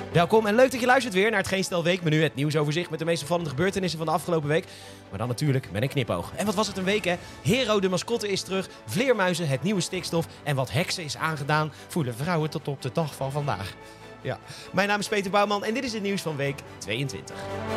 Welkom en leuk dat je luistert weer naar het Geen Stel Weekmenu. Het nieuwsoverzicht met de meest opvallende gebeurtenissen van de afgelopen week. Maar dan natuurlijk met een knipoog. En wat was het een week hè? Hero de mascotte is terug, vleermuizen, het nieuwe stikstof en wat heksen is aangedaan voelen vrouwen tot op de dag van vandaag. Ja, mijn naam is Peter Bouwman en dit is het nieuws van week 22.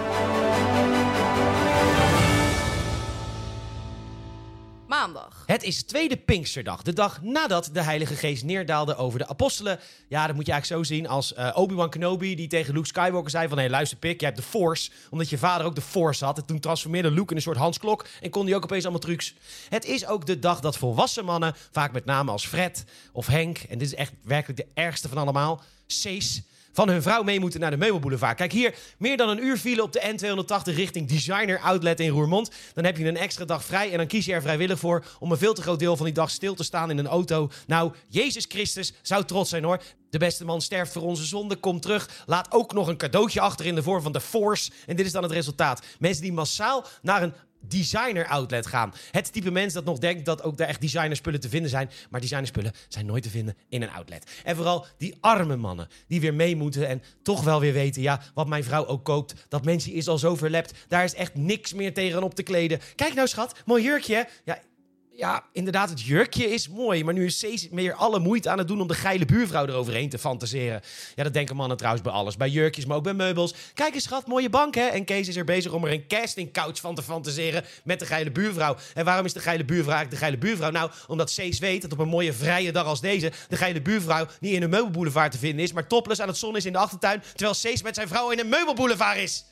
Maandag. Het is tweede Pinksterdag, de dag nadat de Heilige Geest neerdaalde over de apostelen. Ja, dat moet je eigenlijk zo zien als Obi-Wan Kenobi die tegen Luke Skywalker zei van... Hé, luister pik, jij hebt de Force, omdat je vader ook de Force had. En toen transformeerde Luke in een soort Hans Klok en kon hij ook opeens allemaal trucs. Het is ook de dag dat volwassen mannen, vaak met name als Fred of Henk... en dit is echt werkelijk de ergste van allemaal, Cees... van hun vrouw mee moeten naar de Meubelboulevard. Kijk hier, meer dan een uur file op de N280 richting Designer Outlet in Roermond. Dan heb je een extra dag vrij en dan kies je er vrijwillig voor... om een veel te groot deel van die dag stil te staan in een auto. Nou, Jezus Christus zou trots zijn hoor. De beste man sterft voor onze zonde, komt terug... laat ook nog een cadeautje achter in de vorm van de Force. En dit is dan het resultaat. Mensen die massaal naar een designer outlet gaan. Het type mens dat nog denkt dat ook daar echt designerspullen te vinden zijn. Maar designerspullen zijn nooit te vinden in een outlet. En vooral die arme mannen die weer mee moeten en toch wel weer weten... ja, wat mijn vrouw ook koopt, dat mensje is al zo verlept. Daar is echt niks meer tegenop te kleden. Kijk nou schat, mooi jurkje hè? Ja, inderdaad, het jurkje is mooi. Maar nu is Cees meer alle moeite aan het doen om de geile buurvrouw eroverheen te fantaseren. Ja, dat denken mannen trouwens bij alles. Bij jurkjes, maar ook bij meubels. Kijk eens schat, mooie bank hè? En Kees is er bezig om er een castingcouch van te fantaseren met de geile buurvrouw. En waarom is de geile buurvrouw eigenlijk de geile buurvrouw? Nou, omdat Cees weet dat op een mooie vrije dag als deze... de geile buurvrouw niet in een meubelboulevard te vinden is... maar topless aan het zon is in de achtertuin... terwijl Cees met zijn vrouw in een meubelboulevard is.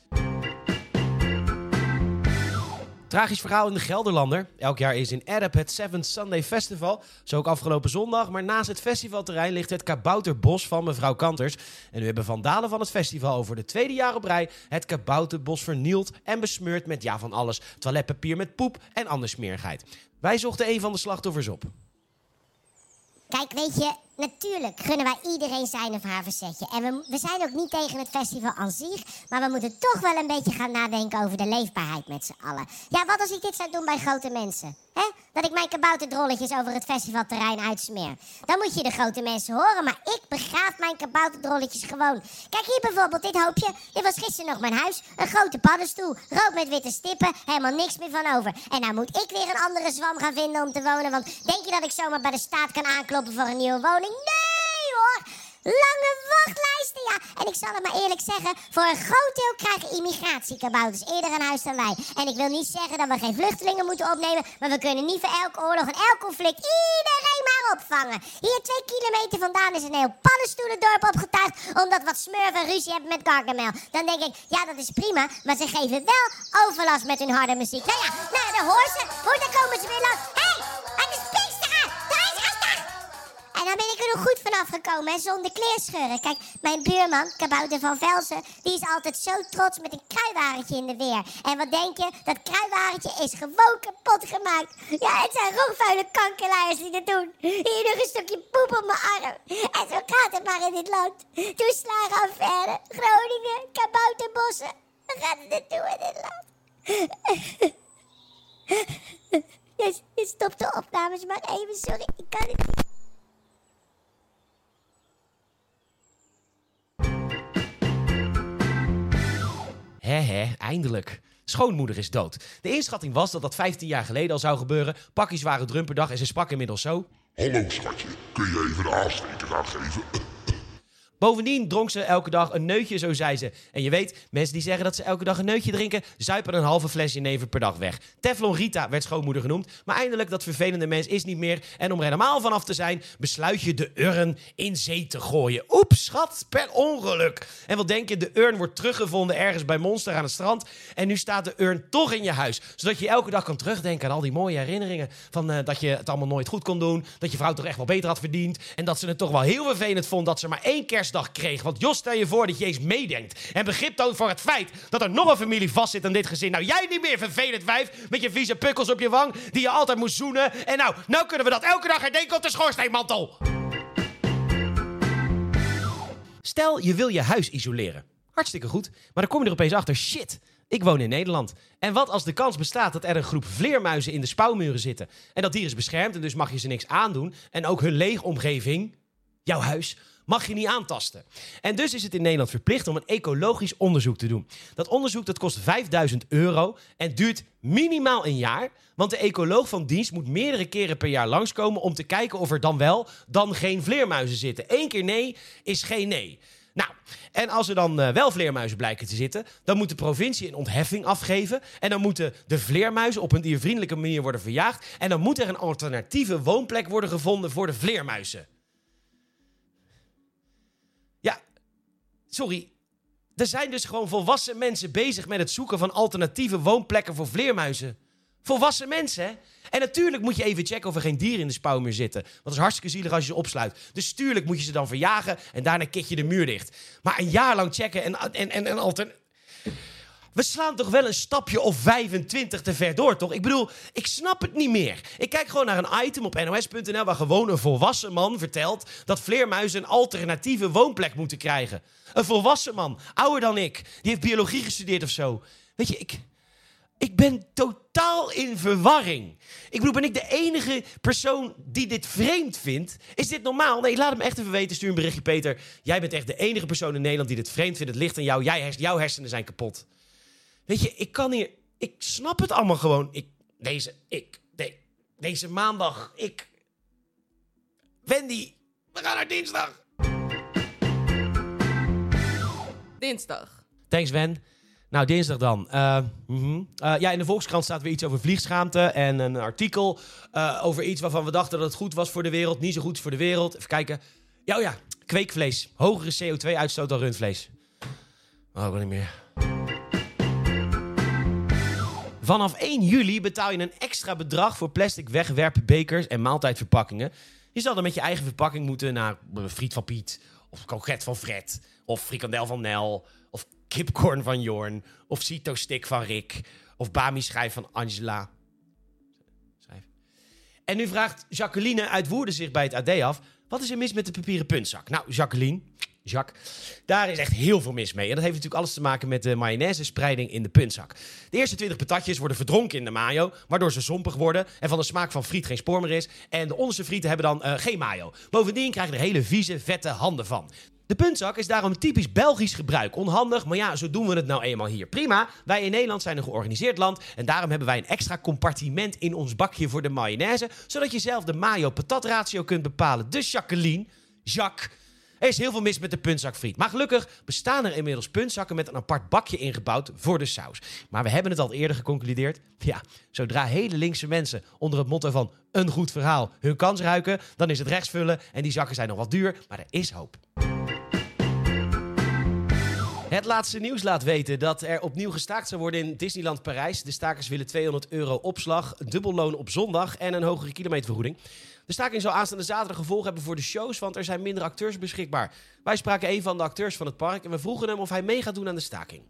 Tragisch verhaal in de Gelderlander. Elk jaar is in Erp het Seventh Sunday Festival. Zo ook afgelopen zondag. Maar naast het festivalterrein ligt het kabouterbos van mevrouw Kanters. En nu hebben vandalen van het festival over de tweede jaar op rij... het kabouterbos vernield en besmeurd met ja van alles. Toiletpapier met poep en ander smerigheid. Wij zochten een van de slachtoffers op. Kijk, weet je, natuurlijk gunnen wij iedereen zijn of haar verzetje. En we zijn ook niet tegen het festival aan zich, maar we moeten toch wel een beetje gaan nadenken over de leefbaarheid met z'n allen. Ja, wat als ik dit zou doen bij grote mensen? Hè? Dat ik mijn kabouterdrolletjes over het festivalterrein uitsmeer. Dan moet je de grote mensen horen, maar ik begraaf mijn kabouterdrolletjes gewoon. Kijk hier bijvoorbeeld, dit hoopje. Dit was gisteren nog mijn huis. Een grote paddenstoel, rood met witte stippen, helemaal niks meer van over. En nou moet ik weer een andere zwam gaan vinden om te wonen, want denk je dat ik zomaar bij de staat kan aankloppen voor een nieuwe woning? Nee hoor! Lange wachtlijsten, ja. En ik zal het maar eerlijk zeggen, voor een groot deel krijgen immigratiekabouters eerder een huis dan wij. En ik wil niet zeggen dat we geen vluchtelingen moeten opnemen, maar we kunnen niet voor elke oorlog en elk conflict iedereen maar opvangen. Hier 2 kilometer vandaan is een heel paddenstoelendorp opgetuigd omdat wat smurfen en ruzie hebben met Gargamel. Dan denk ik, ja dat is prima, maar ze geven wel overlast met hun harde muziek. Nou ja, daar hoor ze. Hoor, daar komen ze weer langs. Hé, het is Pinksteren! Daar is Rasta! En dan ben ik er nog goed vanaf gekomen, hè, zonder kleerscheuren. Kijk, mijn buurman, Kabouter van Velsen, die is altijd zo trots met een kruiwagentje in de weer. En wat denk je? Dat kruiwagentje is gewoon kapot gemaakt. Ja, het zijn rookvuile kankerlaaiers die dat doen. Hier nog een stukje poep op mijn arm. En zo gaat het maar in dit land. Toeslagenaffaire, Groningen, kabouterbossen. Waar gaat het naartoe in dit land? Je stopt de opnames maar even, sorry, ik kan het niet. Eindelijk. Schoonmoeder is dood. De inschatting was dat 15 jaar geleden al zou gebeuren. Pakjes waren drum per dag en ze sprak inmiddels zo. Hallo schatje, kun je even de aansteker gaan geven? Bovendien dronk ze elke dag een neutje, zo zei ze. En je weet, mensen die zeggen dat ze elke dag een neutje drinken... zuipen een halve flesje neven per dag weg. Teflon Rita werd schoonmoeder genoemd. Maar eindelijk, dat vervelende mens is niet meer. En om er helemaal vanaf te zijn, besluit je de urn in zee te gooien. Oeps, schat, per ongeluk. En wat denk je, de urn wordt teruggevonden ergens bij Monster aan het strand. En nu staat de urn toch in je huis. Zodat je elke dag kan terugdenken aan al die mooie herinneringen. Van dat je het allemaal nooit goed kon doen. Dat je vrouw toch echt wel beter had verdiend. En dat ze het toch wel heel vervelend vond dat ze maar 1 kerstdag kreeg. Want Jos, stel je voor dat je eens meedenkt. En begrip toont voor het feit dat er nog een familie vastzit in dit gezin. Nou, jij niet meer, vervelend wijf. Met je vieze pukkels op je wang. Die je altijd moest zoenen. En nou kunnen we dat elke dag herdenken op de schoorsteenmantel. Stel, je wil je huis isoleren. Hartstikke goed. Maar dan kom je er opeens achter, shit, ik woon in Nederland. En wat als de kans bestaat dat er een groep vleermuizen in de spouwmuren zitten? En dat dier is beschermd en dus mag je ze niks aandoen. En ook hun leefomgeving jouw huis, mag je niet aantasten. En dus is het in Nederland verplicht om een ecologisch onderzoek te doen. Dat onderzoek dat kost €5.000 en duurt minimaal een jaar. Want de ecoloog van dienst moet meerdere keren per jaar langskomen om te kijken of er dan wel, dan geen vleermuizen zitten. 1 keer nee is geen nee. Nou, en als er dan wel vleermuizen blijken te zitten, dan moet de provincie een ontheffing afgeven. En dan moeten de vleermuizen op een diervriendelijke manier worden verjaagd. En dan moet er een alternatieve woonplek worden gevonden voor de vleermuizen. Ja, sorry. Er zijn dus gewoon volwassen mensen bezig met het zoeken van alternatieve woonplekken voor vleermuizen. Volwassen mensen, hè? En natuurlijk moet je even checken of er geen dieren in de spouw meer zitten. Want dat is hartstikke zielig als je ze opsluit. Dus tuurlijk moet je ze dan verjagen en daarna kit je de muur dicht. Maar een jaar lang checken en altijd... We slaan toch wel een stapje of 25 te ver door, toch? Ik bedoel, ik snap het niet meer. Ik kijk gewoon naar een item op nos.nl... waar gewoon een volwassen man vertelt dat vleermuizen een alternatieve woonplek moeten krijgen. Een volwassen man, ouder dan ik. Die heeft biologie gestudeerd of zo. Weet je, ik ben totaal in verwarring. Ik bedoel, ben ik de enige persoon die dit vreemd vindt? Is dit normaal? Nee, laat hem echt even weten. Stuur een berichtje, Peter. Jij bent echt de enige persoon in Nederland die dit vreemd vindt. Het ligt aan jou. Jouw hersenen zijn kapot. Weet je, ik snap het allemaal gewoon. Deze maandag, Wendy, we gaan naar dinsdag. Dinsdag. Thanks, Wen. Nou, dinsdag dan. Ja, in de Volkskrant staat weer iets over vliegschaamte. En een artikel over iets waarvan we dachten dat het goed was voor de wereld. Niet zo goed voor de wereld. Even kijken. Ja, kweekvlees. Hogere CO2-uitstoot dan rundvlees. Oh, ik wil niet meer. Vanaf 1 juli betaal je een extra bedrag voor plastic wegwerpbekers en maaltijdverpakkingen. Je zal dan met je eigen verpakking moeten naar friet van Piet, of kroket van Fred, of frikandel van Nel, of kipcorn van Jorn, of Cito-stick van Rick, of Bami-schijf van Angela. En nu vraagt Jacqueline uit Woerden zich bij het AD af, wat is er mis met de papieren puntzak? Nou, Jacques, daar is echt heel veel mis mee. En dat heeft natuurlijk alles te maken met de mayonaise-spreiding in de puntzak. De eerste 20 patatjes worden verdronken in de mayo, waardoor ze zompig worden en van de smaak van friet geen spoor meer is. En de onderste frieten hebben dan geen mayo. Bovendien krijg je er hele vieze, vette handen van. De puntzak is daarom typisch Belgisch gebruik. Onhandig, maar ja, zo doen we het nou eenmaal hier. Prima, wij in Nederland zijn een georganiseerd land en daarom hebben wij een extra compartiment in ons bakje voor de mayonaise, zodat je zelf de mayo-patatratio kunt bepalen. Dus Jacques, er is heel veel mis met de puntzakfriet. Maar gelukkig bestaan er inmiddels puntzakken met een apart bakje ingebouwd voor de saus. Maar we hebben het al eerder geconcludeerd. Ja, zodra hele linkse mensen onder het motto van een goed verhaal hun kans ruiken, dan is het rechtsvullen en die zakken zijn nog wat duur, maar er is hoop. Het laatste nieuws laat weten dat er opnieuw gestaakt zou worden in Disneyland Parijs. De stakers willen €200 opslag, dubbelloon op zondag en een hogere kilometervergoeding. De staking zal aanstaande zaterdag gevolg hebben voor de shows, want er zijn minder acteurs beschikbaar. Wij spraken een van de acteurs van het park en we vroegen hem of hij mee gaat doen aan de staking.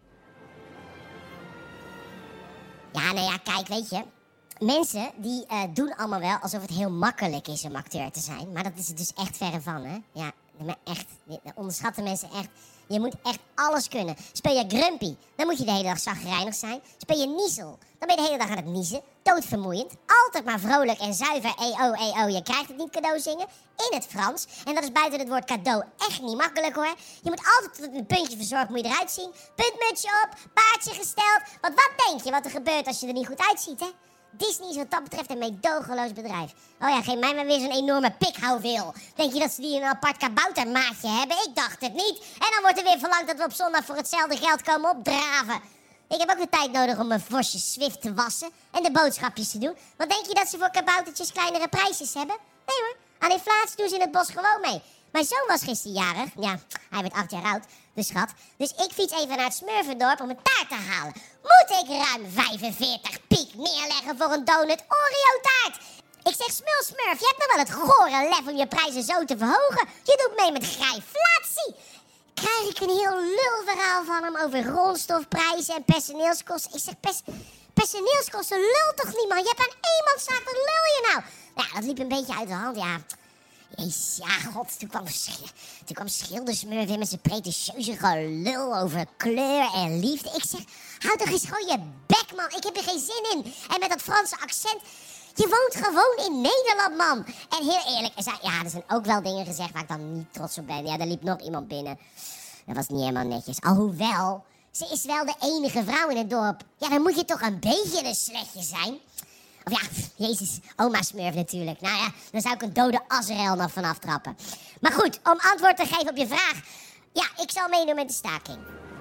Ja, nou ja, kijk, weet je. Mensen die doen allemaal wel alsof het heel makkelijk is om acteur te zijn. Maar dat is het dus echt verre van, hè. Ja, maar echt, onderschatten mensen echt. Je moet echt alles kunnen. Speel je Grumpy, dan moet je de hele dag chagrijnig zijn. Speel je Niesel, dan ben je de hele dag aan het niezen. Doodvermoeiend. Altijd maar vrolijk en zuiver. EO. Je krijgt het niet cadeau zingen. In het Frans. En dat is buiten het woord cadeau echt niet makkelijk, hoor. Je moet altijd tot een puntje verzorgd moet je eruit zien. Puntmutsje op, paardje gesteld. Want wat denk je wat er gebeurt als je er niet goed uitziet, hè? Disney is wat dat betreft een meedogenloos bedrijf. Oh ja, geef mij maar weer zo'n enorme pikhouweel. Denk je dat ze die in een apart kaboutermaatje hebben? Ik dacht het niet. En dan wordt er weer verlangd dat we op zondag voor hetzelfde geld komen opdraven. Ik heb ook de tijd nodig om mijn vosje Swift te wassen en de boodschapjes te doen. Want denk je dat ze voor kaboutertjes kleinere prijsjes hebben? Nee hoor, aan inflatie doen ze in het bos gewoon mee. Mijn zoon was gisteren jarig. Ja, hij werd 8 jaar oud, de schat. Dus ik fiets even naar het Smurfendorp om een taart te halen. Moet ik ruim 45 piek neerleggen voor een donut Oreo taart? Ik zeg, Smurf, je hebt nog wel het gore lef om je prijzen zo te verhogen. Je doet mee met grijflatie. Krijg ik een heel lulverhaal van hem over grondstofprijzen en personeelskosten. Ik zeg, personeelskosten lul toch niet, man? Je hebt aan eenmanszaak, wat lul je nou? Nou, dat liep een beetje uit de hand, ja. Jezus, ja, god, toen kwam Schildersmurf in met zijn pretentieuze gelul over kleur en liefde. Ik zeg, hou toch eens gewoon je bek, man. Ik heb er geen zin in. En met dat Franse accent, Je woont gewoon in Nederland, man. En heel eerlijk, er zijn ook wel dingen gezegd waar ik dan niet trots op ben. Ja, er liep nog iemand binnen. Dat was niet helemaal netjes. Alhoewel, ze is wel de enige vrouw in het dorp. Ja, dan moet je toch een beetje een slechtje zijn. Of ja, jezus, oma Smurf natuurlijk. Nou ja, dan zou ik een dode Azrael nog vanaf trappen. Maar goed, om antwoord te geven op je vraag. Ja, ik zal meedoen met de staking.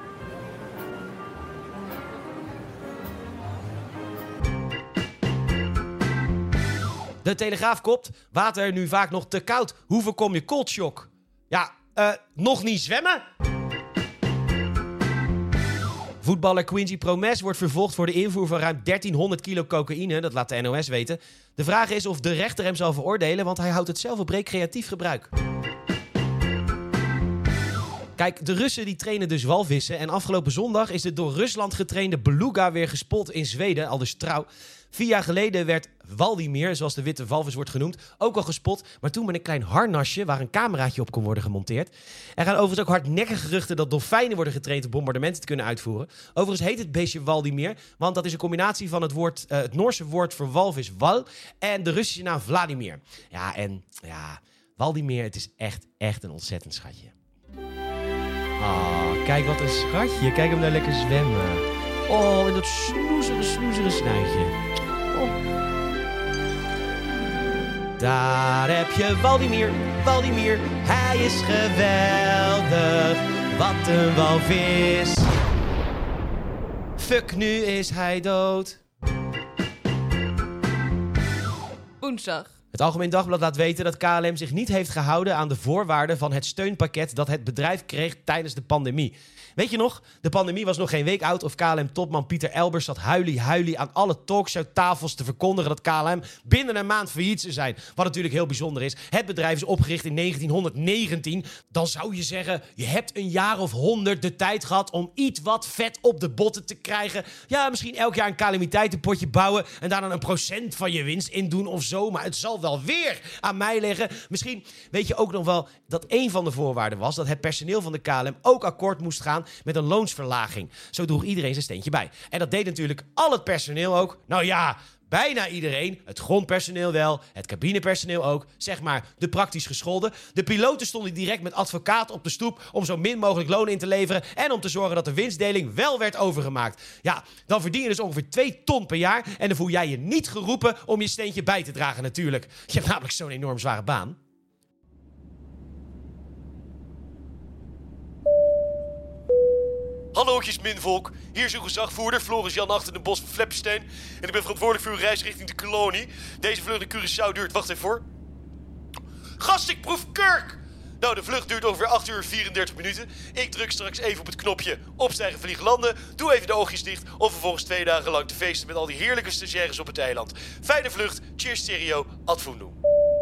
De Telegraaf kopt, water nu vaak nog te koud. Hoe voorkom je coldshock? Ja, nog niet zwemmen? Voetballer Quincy Promes wordt vervolgd voor de invoer van ruim 1300 kilo cocaïne. Dat laat de NOS weten. De vraag is of de rechter hem zal veroordelen, want hij houdt het zelf op recreatief gebruik. Kijk, de Russen die trainen dus walvissen. En afgelopen zondag is de door Rusland getrainde beluga weer gespot in Zweden, aldus Trouw. 4 jaar geleden werd Waldimir, zoals de witte walvis wordt genoemd, ook al gespot. Maar toen met een klein harnasje waar een cameraatje op kon worden gemonteerd. Er gaan overigens ook hardnekkige geruchten dat dolfijnen worden getraind om bombardementen te kunnen uitvoeren. Overigens heet het beestje Waldimir, want dat is een combinatie van het Noorse woord voor walvis wal en de Russische naam Vladimir. Ja, Waldimir, het is echt een ontzettend schatje. Oh, kijk wat een schatje. Kijk hem daar lekker zwemmen. Oh, en dat snoezere snuitje. Oh. Daar heb je Waldimir, Waldimir. Hij is geweldig. Wat een walvis. Fuck, nu is hij dood. Woensdag. Het Algemeen Dagblad laat weten dat KLM zich niet heeft gehouden aan de voorwaarden van het steunpakket dat het bedrijf kreeg tijdens de pandemie. Weet je nog? De pandemie was nog geen week oud of KLM-topman Pieter Elbers zat huilie aan alle talkshowtafels te verkondigen dat KLM binnen een maand failliet zou zijn. Wat natuurlijk heel bijzonder is. Het bedrijf is opgericht in 1919. Dan zou je zeggen, je hebt een jaar of 100 de tijd gehad om iets wat vet op de botten te krijgen. Ja, misschien elk jaar een calamiteitenpotje bouwen en daar dan 1% van je winst in doen of zo. Maar het zal wel weer aan mij liggen. Misschien weet je ook nog wel dat een van de voorwaarden was dat het personeel van de KLM ook akkoord moest gaan met een loonsverlaging. Zo droeg iedereen zijn steentje bij. En dat deed natuurlijk al het personeel ook. Nou ja, bijna iedereen. Het grondpersoneel wel, het cabinepersoneel ook. Zeg maar de praktisch gescholden. De piloten stonden direct met advocaat op de stoep om zo min mogelijk loon in te leveren en om te zorgen dat de winstdeling wel werd overgemaakt. Ja, dan verdien je dus ongeveer 2 ton per jaar en dan voel jij je niet geroepen om je steentje bij te dragen natuurlijk. Je hebt namelijk zo'n enorm zware baan. Hallootjes minvolk, hier is uw gezagvoerder Floris Jan Achter de Bos van Fleppenstein en ik ben verantwoordelijk voor uw reis richting de kolonie. Deze vlucht in Curaçao duurt, wacht even voor. Gast, ik proef kurk! Nou, de vlucht duurt ongeveer 8 uur 34 minuten. Ik druk straks even op het knopje opstijgen, vliegen, landen. Doe even de oogjes dicht om vervolgens 2 dagen lang te feesten met al die heerlijke stagiaires op het eiland. Fijne vlucht, cheers stereo, ad fundum.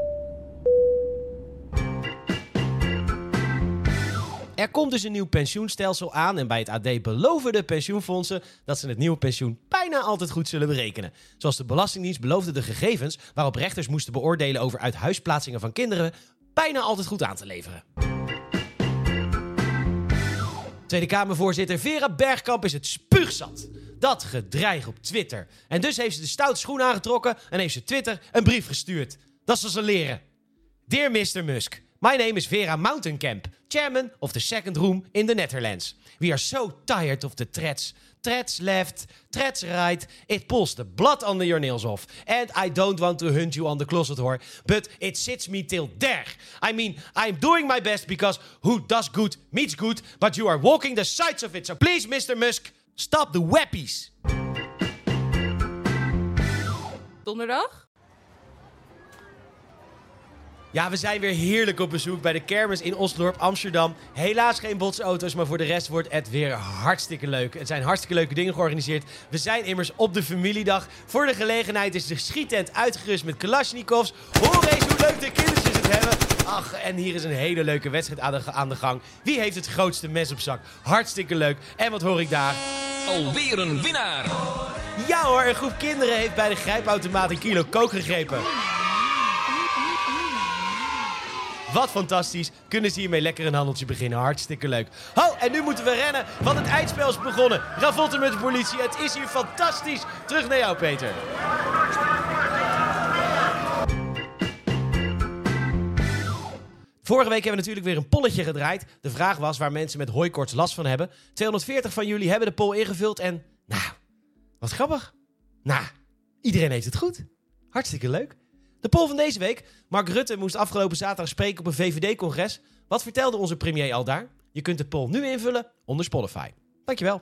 Er komt dus een nieuw pensioenstelsel aan en bij het AD beloven de pensioenfondsen dat ze het nieuwe pensioen bijna altijd goed zullen berekenen. Zoals de Belastingdienst beloofde de gegevens waarop rechters moesten beoordelen over uithuisplaatsingen van kinderen bijna altijd goed aan te leveren. Tweede Kamervoorzitter Vera Bergkamp is het spuugzat. Dat gedreig op Twitter. En dus heeft ze de stoute schoen aangetrokken en heeft ze Twitter een brief gestuurd. Dat zal ze leren. Dear Mr. Musk, my name is Vera Mountencamp, chairman of the second room in the Netherlands. We are so tired of the threats. Threats left, threats right. It pulls the blood under your nails off. And I don't want to hunt you on the closet whore, but it sits me till there. I mean, I'm doing my best because who does good meets good, but you are walking the sides of it. So please, Mr. Musk, stop the wappies. Donderdag. Ja, we zijn weer heerlijk op bezoek bij de kermis in Osdorp, Amsterdam. Helaas geen botsauto's, maar voor de rest wordt het weer hartstikke leuk. Het zijn hartstikke leuke dingen georganiseerd. We zijn immers op de familiedag. Voor de gelegenheid is de schiettent uitgerust met Kalashnikovs. Hoor eens hoe leuk de kindertjes het hebben. Ach, en hier is een hele leuke wedstrijd aan de gang. Wie heeft het grootste mes op zak? Hartstikke leuk. En wat hoor ik daar? Alweer een winnaar! Ja hoor, een groep kinderen heeft bij de grijpautomaat een kilo kook gegrepen. Wat fantastisch. Kunnen ze hiermee lekker een handeltje beginnen. Hartstikke leuk. Ho, en nu moeten we rennen, want het eindspel is begonnen. Ravotten met de politie. Het is hier fantastisch. Terug naar jou, Peter. Vorige week hebben we natuurlijk weer een polletje gedraaid. De vraag was waar mensen met hooikoorts last van hebben. 240 van jullie hebben de poll ingevuld en... Nou, wat grappig. Nou, iedereen heeft het goed. Hartstikke leuk. De poll van deze week. Mark Rutte moest afgelopen zaterdag spreken op een VVD-congres. Wat vertelde onze premier al daar? Je kunt de poll nu invullen onder Spotify. Dankjewel.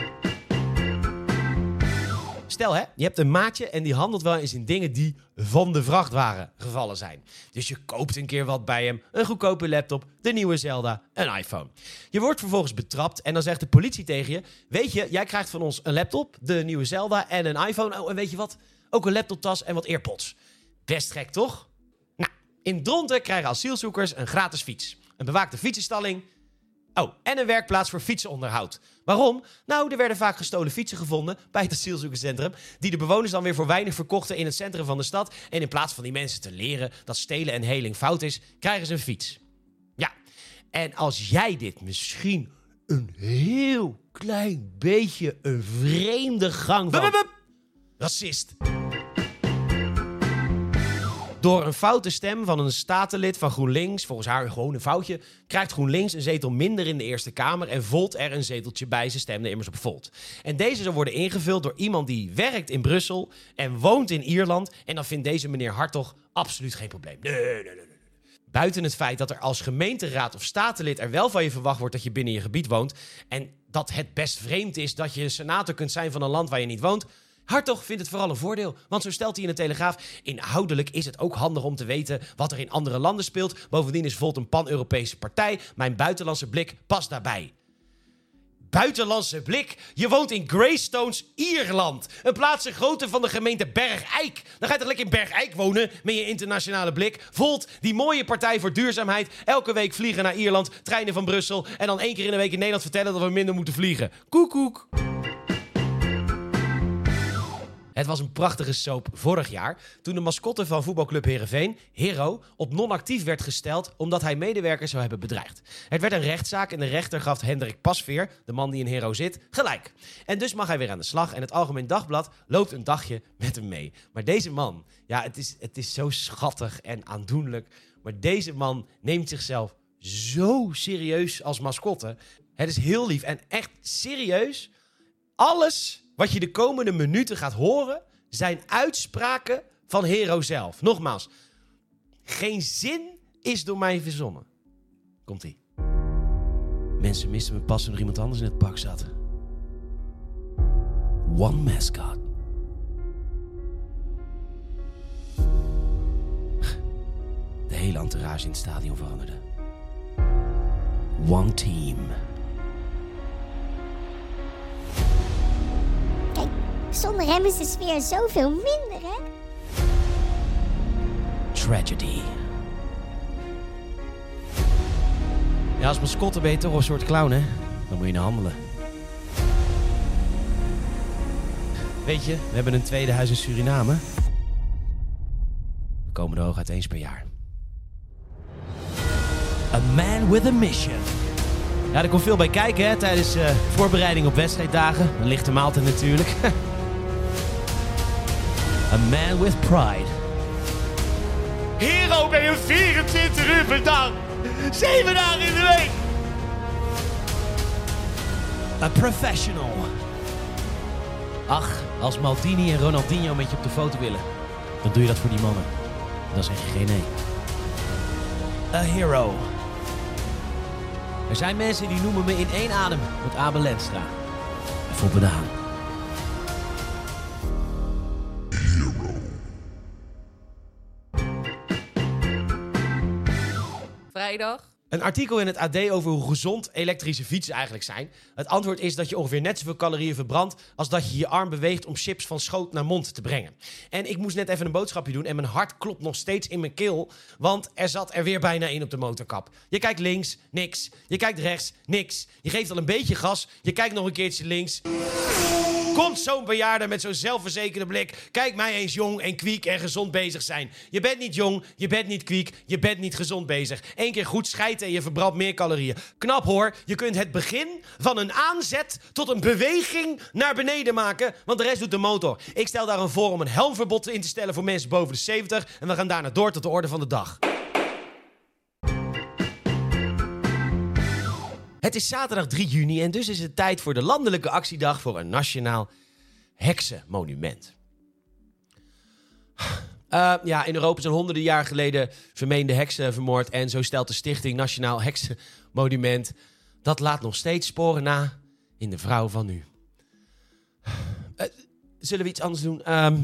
Stel je hebt een maatje en die handelt wel eens in dingen die van de vrachtwagen gevallen zijn. Dus je koopt een keer wat bij hem, een goedkope laptop, de nieuwe Zelda, een iPhone. Je wordt vervolgens betrapt en dan zegt de politie tegen je... Weet je, jij krijgt van ons een laptop, de nieuwe Zelda en een iPhone. Oh, en weet je wat? Ook een laptoptas en wat AirPods. Best gek, toch? Nou, in Dronten krijgen asielzoekers een gratis fiets. Een bewaakte fietsenstalling... Oh, en een werkplaats voor fietsenonderhoud. Waarom? Nou, er werden vaak gestolen fietsen gevonden bij het asielzoekerscentrum... die de bewoners dan weer voor weinig verkochten in het centrum van de stad... en in plaats van die mensen te leren dat stelen en heling fout is... krijgen ze een fiets. Ja, en als jij dit misschien een heel klein beetje een vreemde gang van... Racist... Door een foute stem van een statenlid van GroenLinks, volgens haar gewoon een foutje, krijgt GroenLinks een zetel minder in de Eerste Kamer en Volt er een zeteltje bij. Ze stemde immers op Volt. En deze zal worden ingevuld door iemand die werkt in Brussel en woont in Ierland. En dan vindt deze meneer Hartog absoluut geen probleem. Nee. Buiten het feit dat er als gemeenteraad of statenlid er wel van je verwacht wordt dat je binnen je gebied woont. En dat het best vreemd is dat je senator kunt zijn van een land waar je niet woont. Hartog vindt het vooral een voordeel, want zo stelt hij in de Telegraaf... Inhoudelijk is het ook handig om te weten wat er in andere landen speelt. Bovendien is Volt een pan-Europese partij. Mijn buitenlandse blik past daarbij. Buitenlandse blik? Je woont in Greystones, Ierland. Een plaats de grootte van de gemeente Bergijk. Dan ga je toch lekker in Bergijk wonen met je internationale blik. Volt, die mooie partij voor duurzaamheid. Elke week vliegen naar Ierland, treinen van Brussel... en dan 1 keer in de week in Nederland vertellen dat we minder moeten vliegen. Koekoek. Het was een prachtige soap vorig jaar toen de mascotte van voetbalclub Heerenveen, Hero, op non-actief werd gesteld omdat hij medewerkers zou hebben bedreigd. Het werd een rechtszaak en de rechter gaf Hendrik Pasveer, de man die in Hero zit, gelijk. En dus mag hij weer aan de slag en het Algemeen Dagblad loopt een dagje met hem mee. Maar deze man, ja, het is zo schattig en aandoenlijk, maar deze man neemt zichzelf zo serieus als mascotte. Het is heel lief en echt serieus. Alles wat je de komende minuten gaat horen, zijn uitspraken van Hero zelf. Nogmaals, geen zin is door mij verzonnen. Komt-ie. Mensen misten me pas toen er iemand anders in het pak zat. One mascot. De hele entourage in het stadion veranderde. One team. Zonder hem is de sfeer zoveel minder, hè? Tragedy. Ja, als mascotte ben je toch een soort clown, hè? Dan moet je naar handelen. Weet je, we hebben een tweede huis in Suriname. We komen er hooguit eens per jaar. A man with a mission. Ja, er komt veel bij kijken, hè? Tijdens voorbereiding op wedstrijddagen. Een lichte maaltijd natuurlijk. A man with pride. Hero ben je 24 uur per dag. 7 dagen in de week. A professional. Ach, als Maldini en Ronaldinho met je op de foto willen, dan doe je dat voor die mannen. Dan zeg je geen nee. A hero. Er zijn mensen die noemen me in één adem met Abel Lenstra. Foppe de Haan. Vrijdag. Een artikel in het AD over hoe gezond elektrische fietsen eigenlijk zijn. Het antwoord is dat je ongeveer net zoveel calorieën verbrandt als dat je je arm beweegt om chips van schoot naar mond te brengen. En ik moest net even een boodschapje doen en mijn hart klopt nog steeds in mijn keel, want er zat er weer bijna één op de motorkap. Je kijkt links, niks. Je kijkt rechts, niks. Je geeft al een beetje gas, je kijkt nog een keertje links. Komt zo'n bejaarde met zo'n zelfverzekerde blik. Kijk mij eens jong en kwiek en gezond bezig zijn. Je bent niet jong, je bent niet kwiek, je bent niet gezond bezig. 1 keer goed schijten en je verbrandt meer calorieën. Knap hoor, je kunt het begin van een aanzet tot een beweging naar beneden maken, want de rest doet de motor. Ik stel daarom voor om een helmverbod in te stellen voor mensen boven de 70 en we gaan daarna door tot de orde van de dag. Het is zaterdag 3 juni en dus is het tijd voor de landelijke actiedag voor een nationaal heksenmonument. In Europa zijn honderden jaar geleden vermeende heksen vermoord en zo stelt de stichting Nationaal Heksenmonument. Dat laat nog steeds sporen na in de vrouw van nu. Zullen we iets anders doen?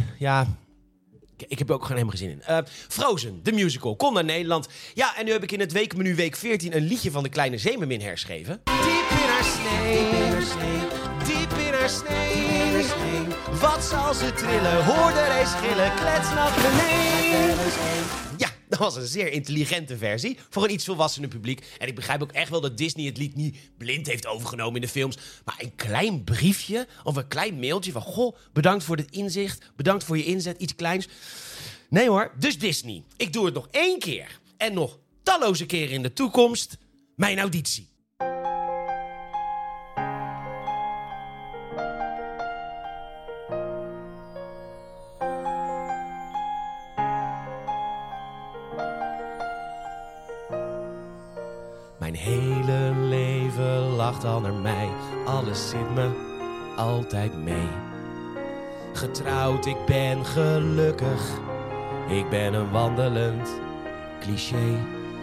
Ik heb er ook gewoon helemaal geen zin in. Frozen, de musical, kom naar Nederland. Ja, en nu heb ik in het weekmenu week 14 een liedje van de kleine zeemermin herschreven. Diep in haar snee, diep in haar snee. Wat zal ze trillen, hoor de reis schillen, klets naar beneden. Ja, dat was een zeer intelligente versie voor een iets volwassener publiek. En ik begrijp ook echt wel dat Disney het lied niet blind heeft overgenomen in de films. Maar een klein briefje of een klein mailtje van... Goh, bedankt voor dit inzicht, bedankt voor je inzet, iets kleins. Nee hoor, dus Disney. Ik doe het nog 1 keer. En nog talloze keren in de toekomst. Mijn auditie. Mijn hele leven lacht al naar mij, alles zit me altijd mee. Getrouwd, ik ben gelukkig, ik ben een wandelend cliché.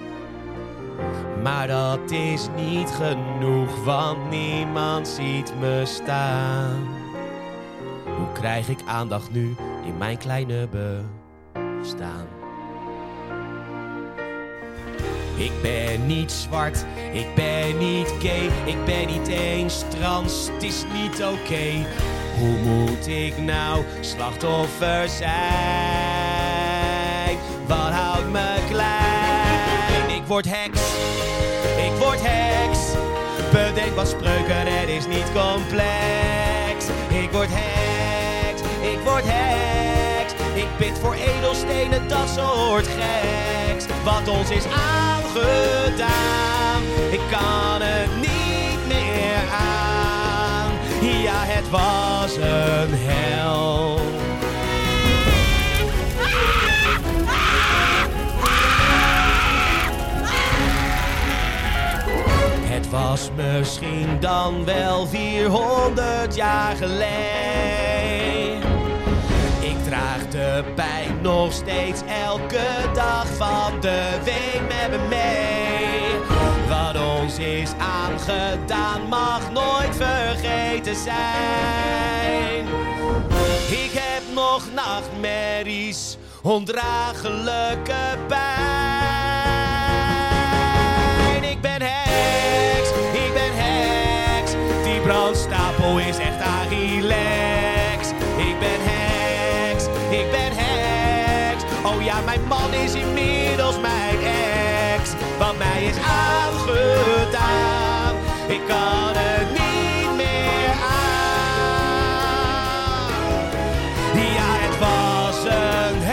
Maar dat is niet genoeg, want niemand ziet me staan. Hoe krijg ik aandacht nu in mijn kleine bestaan? Ik ben niet zwart, ik ben niet gay, ik ben niet eens trans, het is niet oké. Hoe moet ik nou slachtoffer zijn? Wat houdt me klein? Ik word heks, bedenk wat spreuken, het is niet complex. Ik word heks, ik bid voor edelstenen, dat soort geks. Wat ons is aangedaan, ik kan het niet meer aan. Ja, het was een hel. Het was misschien dan wel 400 jaar geleden. Ik draag de pijn nog steeds elke dag van de week met me mee. Wat ons is aangedaan mag nooit vergeten zijn. Ik heb nog nachtmerries, ondraaglijke pijn. Ik ben heks, die brandstapel is echt Arilex. Ik ben heks, oh ja, mijn man is inmiddels mijn ex. Wat mij is aangedaan, ik kan het niet meer aan. Ja, het was een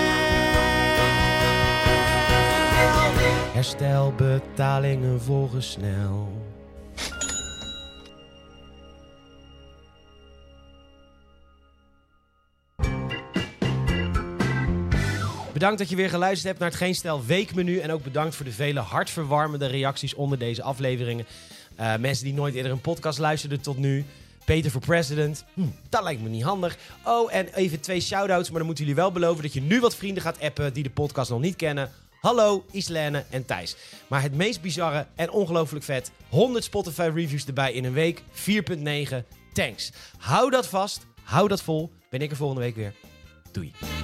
hel. Herstelbetalingen volgen snel. Bedankt dat je weer geluisterd hebt naar het Geen Stijl Weekmenu. En ook bedankt voor de vele hartverwarmende reacties onder deze afleveringen. Mensen die nooit eerder een podcast luisterden tot nu. Peter voor President. Dat lijkt me niet handig. Oh, en even 2 shout-outs. Maar dan moeten jullie wel beloven dat je nu wat vrienden gaat appen die de podcast nog niet kennen. Hallo, Islaine en Thijs. Maar het meest bizarre en ongelooflijk vet. 100 Spotify reviews erbij in een week. 4.9. Thanks. Hou dat vast. Hou dat vol. Ben ik er volgende week weer. Doei.